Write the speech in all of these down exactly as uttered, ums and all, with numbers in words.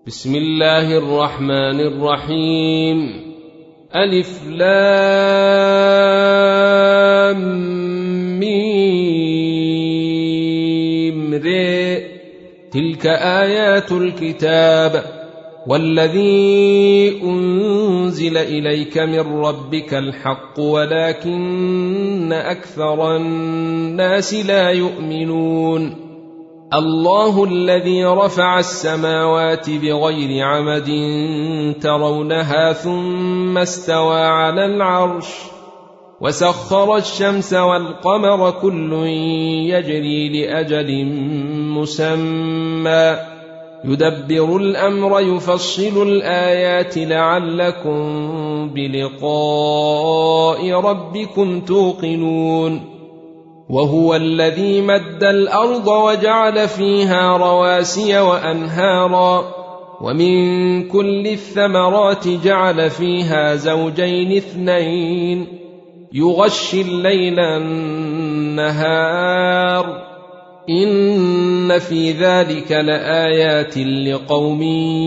بسم الله الرحمن الرحيم. ألف لام ميم ر. تلك آيات الكتاب والذي أنزل إليك من ربك الحق ولكن أكثر الناس لا يؤمنون. الله الذي رفع السماوات بغير عمد ترونها ثم استوى على العرش وسخر الشمس والقمر كل يجري لأجل مسمى يدبر الأمر يفصل الآيات لعلكم بلقاء ربكم توقنون. وهو الذي مد الأرض وجعل فيها رواسي وأنهارا ومن كل الثمرات جعل فيها زوجين اثنين يغشي الليل النهار إن في ذلك لآيات لقوم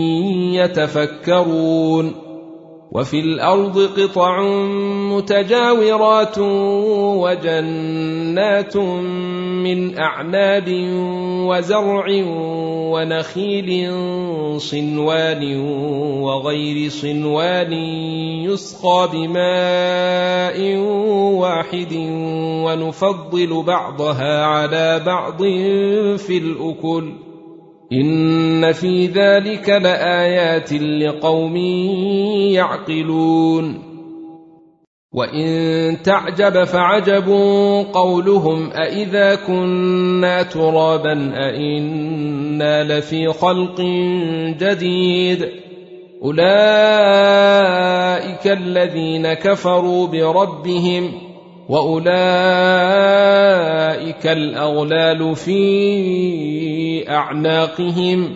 يتفكرون. وفي الأرض قطع متجاورات وجنات من أعناب وزرع ونخيل صنوان وغير صنوان يسقى بماء واحد ونفضل بعضها على بعض في الأكل إن في ذلك لآيات لقوم يعقلون. وإن تعجب فعجب قولهم أإذا كنا ترابا أإنا لفي خلق جديد أولئك الذين كفروا بربهم وأولئك الأغلال في أعناقهم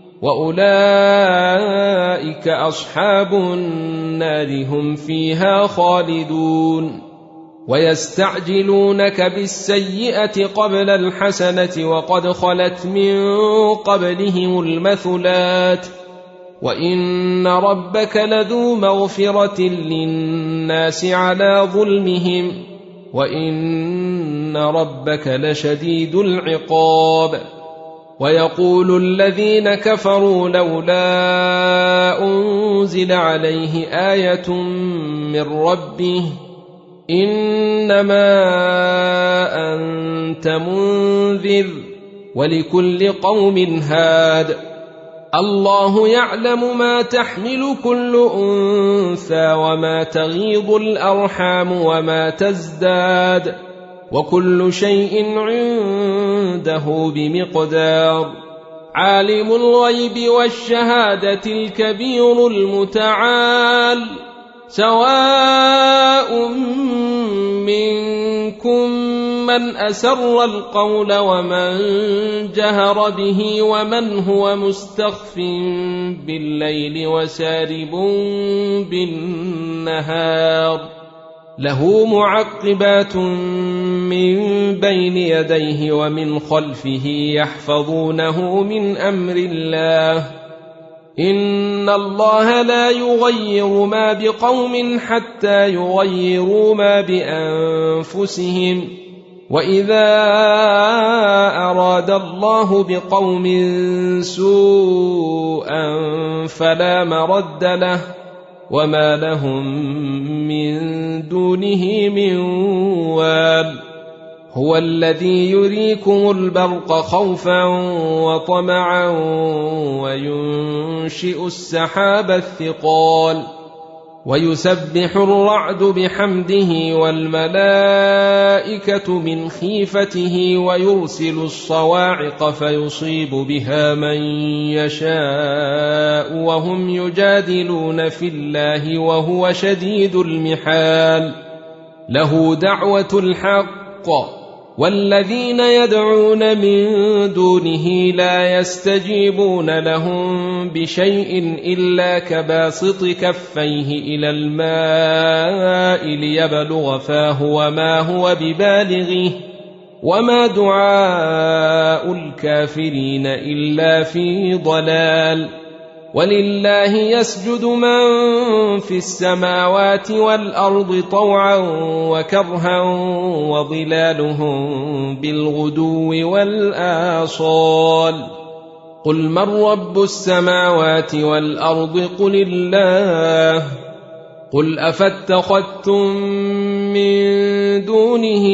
وأولئك أصحاب النار هم فيها خالدون. ويستعجلونك بالسيئة قبل الحسنة وقد خلت من قبلهم المثلات وإن ربك لذو مغفرة للناس على ظلمهم وإن ربك لشديد العقاب. ويقول الذين كفروا لولا أنزل عليه آية من ربه إنما أنت منذر ولكل قوم هاد الله يعلم ما تحمل كل أنثى وما تغيض الأرحام وما تزداد وكل شيء عنده بمقدار. عالم الغيب والشهادة الكبير المتعال سواء منكم من أسر القول ومن جهر به ومن هو مستخف بالليل وسارب بالنهار له معقبات من بين يديه ومن خلفه يحفظونه من أمر الله إن الله لا يغير ما بقوم حتى يغيروا ما بأنفسهم وإذا أراد الله بقوم سوءا فلا مرد له وما لهم من دونه من وال. هو الذي يريكم البرق خوفا وطمعا وينشئ السحاب الثقال ويسبح الرعد بحمده والملائكة من خيفته ويرسل الصواعق فيصيب بها من يشاء وهم يجادلون في الله وهو شديد المحال. له دعوة الحق والذين يدعون من دونه لا يستجيبون لهم بشيء إلا كباسط كفيه إلى الماء ليبلغ فاه وما هو ببالغه وما دعاء الكافرين إلا في ضلال. ولله يسجد من في السماوات والأرض طوعا وكرها وظلالهم بالغدو والآصال قل من رب السماوات والأرض قل الله قل أفاتخذتم من دونه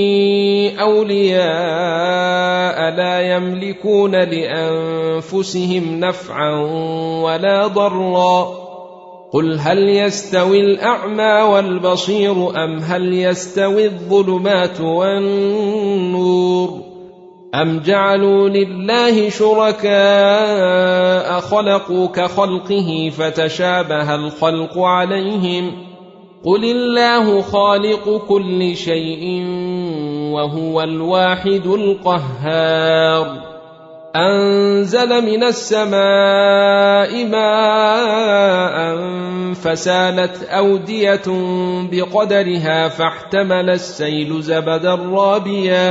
أولياء لا يملكون لأنفسهم نفعا ولا ضرا قل هل يستوي الأعمى والبصير أم هل يستوي الظلمات والنور أم جعلوا لله شركاء خلقوا كخلقه فتشابه الخلق عليهم قل الله خالق كل شيء وهو الواحد القهار أنزل من السماء ماء فسالت أودية بقدرها فاحتمل السيل زبدا رابيا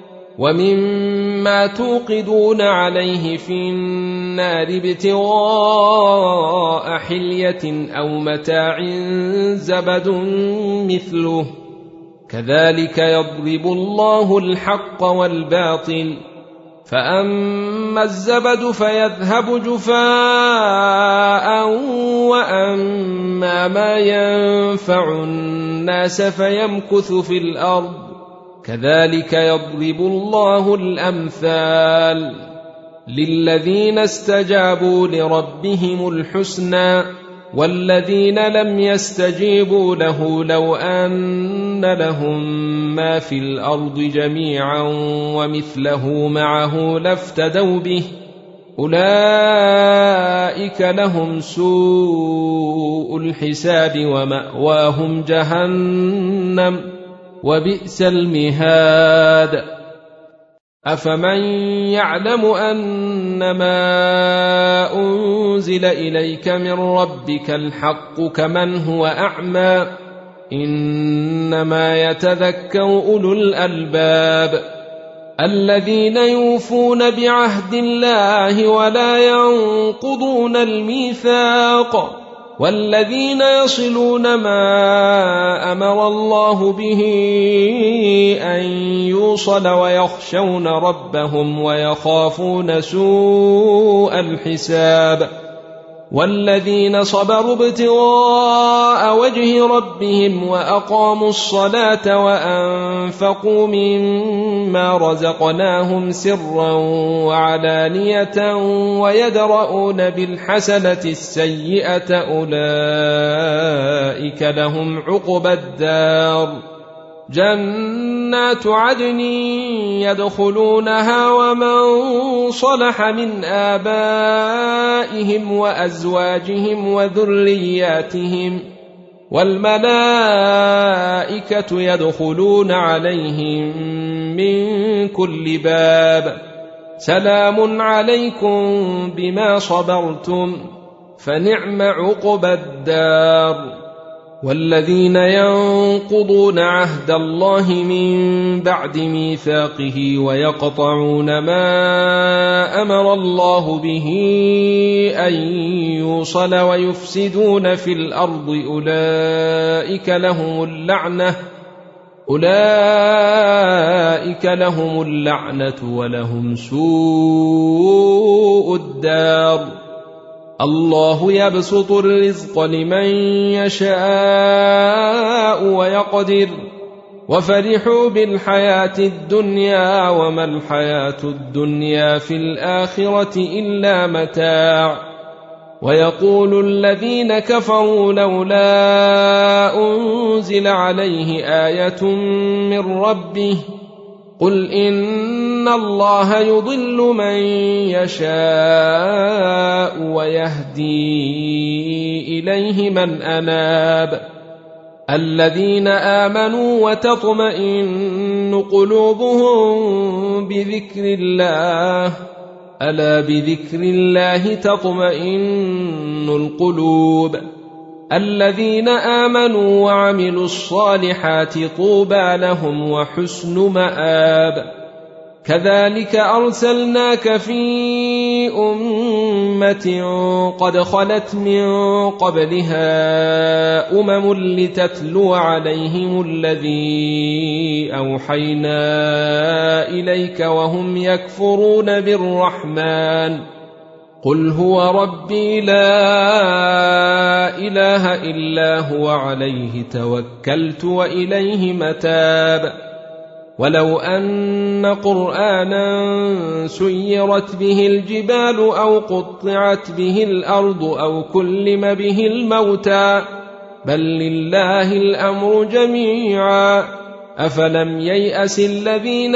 ومما توقدون عليه في النار ابتغاء حلية أو متاع زبد مثله كذلك يضرب الله الحق والباطل فأما الزبد فيذهب جفاء وأما ما ينفع الناس فيمكث في الأرض كذلك يضرب الله الأمثال للذين استجابوا لربهم الحسنى والذين لم يستجيبوا له لو أن لهم ما في الأرض جميعا ومثله معه لافتدوا به أولئك لهم سوء الحساب ومأواهم جهنم وبئس المهاد أفمن يعلم أنما أنزل إليك من ربك الحق كمن هو أعمى إنما يتذكر أولو الألباب الذين يوفون بعهد الله ولا ينقضون الميثاق والذين يصلون ما أمر الله به أن يوصل ويخشون ربهم ويخافون سوء الحساب والذين صبروا ابتغاء وجه ربهم وأقاموا الصلاة وأنفقوا مما رزقناهم سرا وعلانية ويدرؤون بالحسنة السيئة أولئك لهم عقبى الدار جنات عدن يدخلونها ومن صلح من آبائهم وأزواجهم وذرياتهم والملائكة يدخلون عليهم من كل باب سلام عليكم بما صبرتم فنعم عقبى الدار والذين ينقضون عهد الله من بعد ميثاقه ويقطعون ما أمر الله به أن يوصل ويفسدون في الأرض أولئك لهم اللعنة أولئك لهم اللعنة ولهم سوء الدار الله يبسط الرزق لمن يشاء ويقدر وفرحوا بالحياة الدنيا وما الحياة الدنيا في الآخرة إلا متاع ويقول الذين كفروا لولا أنزل عليه آية من ربه قل إن الله يضل من يشاء ويهدي إليه من أناب الذين آمنوا وتطمئن قلوبهم بذكر الله ألا بذكر الله تطمئن القلوب الذين آمنوا وعملوا الصالحات طوبى لهم وحسن مآب كذلك أرسلناك في أمة قد خلت من قبلها أمم لتتلو عليهم الذي أوحينا إليك وهم يكفرون بالرحمن قل هو ربي لا إله إلا هو عليه توكلت وإليه متاب ولو أن قرآنا سيرت به الجبال أو قطعت به الأرض أو كلم به الموتى بل لله الأمر جميعا أفلم ييأس الذين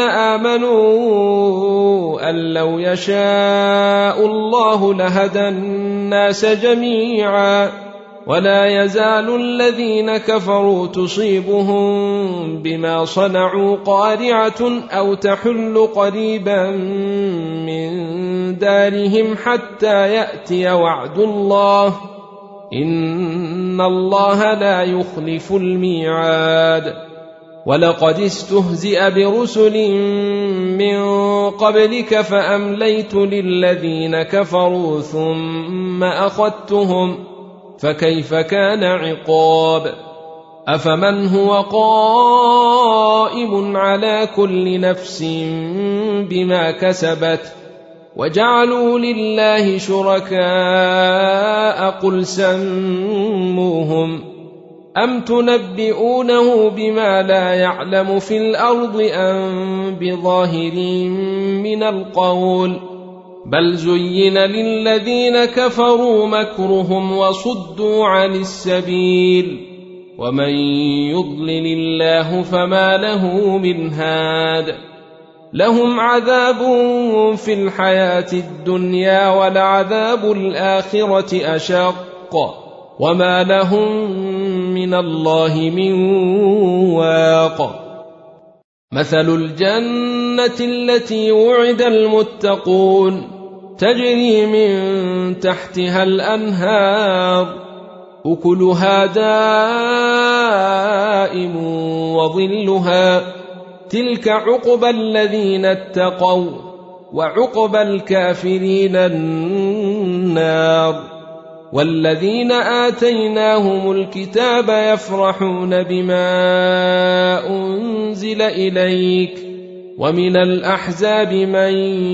آمنوا أن لو يشاء الله لهدى الناس جميعا ولا يزال الذين كفروا تصيبهم بما صنعوا قارعة أو تحل قريبا من دارهم حتى يأتي وعد الله إن الله لا يخلف الميعاد ولقد استهزئ برسل من قبلك فأمليت للذين كفروا ثم أخذتهم فكيف كان عقاب أفمن هو قائم على كل نفس بما كسبت وجعلوا لله شركاء قل سموهم أم تنبئونه بما لا يعلم في الأرض أم بظاهر من القول بل زين للذين كفروا مكرهم وصدوا عن السبيل ومن يضلل الله فما له من هاد لهم عذاب في الحياة الدنيا ولعذاب الآخرة أشق وما لهم من الله من واق مثل الجنة التي وعد المتقون تجري من تحتها الأنهار أكلها دائم وظلها تلك عقبى الذين اتقوا وعقبى الكافرين النار والذين آتيناهم الكتاب يفرحون بما أنزل إليك ومن الأحزاب من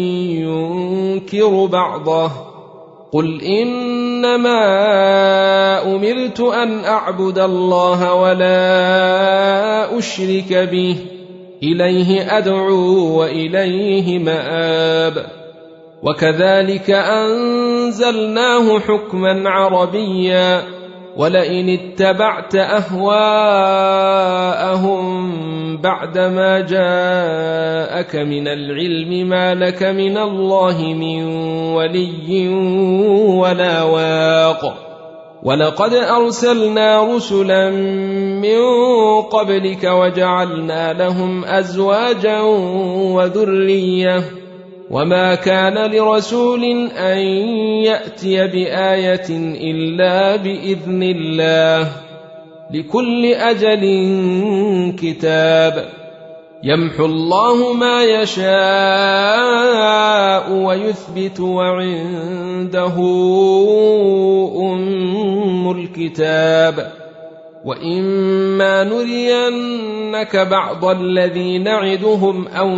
ينكر بعضه قل إنما أمرت أن أعبد الله ولا أشرك به إليه أدعو وإليه مآب وكذلك أنزلناه حكما عربيا ولئن اتبعت أهواءهم بعدما جاءك من العلم ما لك من الله من ولي ولا واق ولقد أرسلنا رسلا من قبلك وجعلنا لهم أزواجا وذرية وما كان لرسول أن يأتي بآية إلا بإذن الله لكل أجل كتاب يمحو الله ما يشاء ويثبت وعنده أم الكتاب وإما نرينك بعض الذي نعدهم أو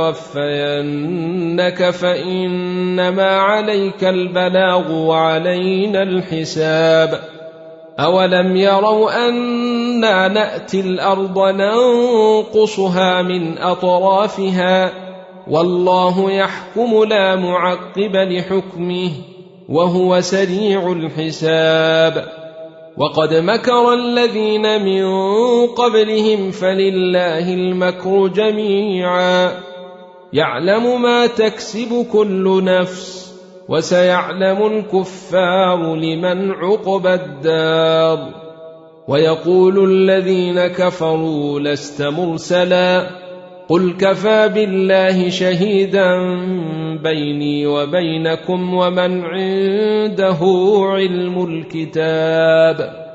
نتوفينك فإنما عليك البلاغ وعلينا الحساب أولم يروا أنا نأتي الأرض ننقصها من أطرافها والله يحكم لا معقب لحكمه وهو سريع الحساب وقد مكر الذين من قبلهم فلله المكر جميعا يعلم ما تكسب كل نفس وسيعلم الكفار لمن عقبى الدار ويقول الذين كفروا لست مرسلا قل كفى بالله شهيدا بيني وبينكم ومن عنده علم الكتاب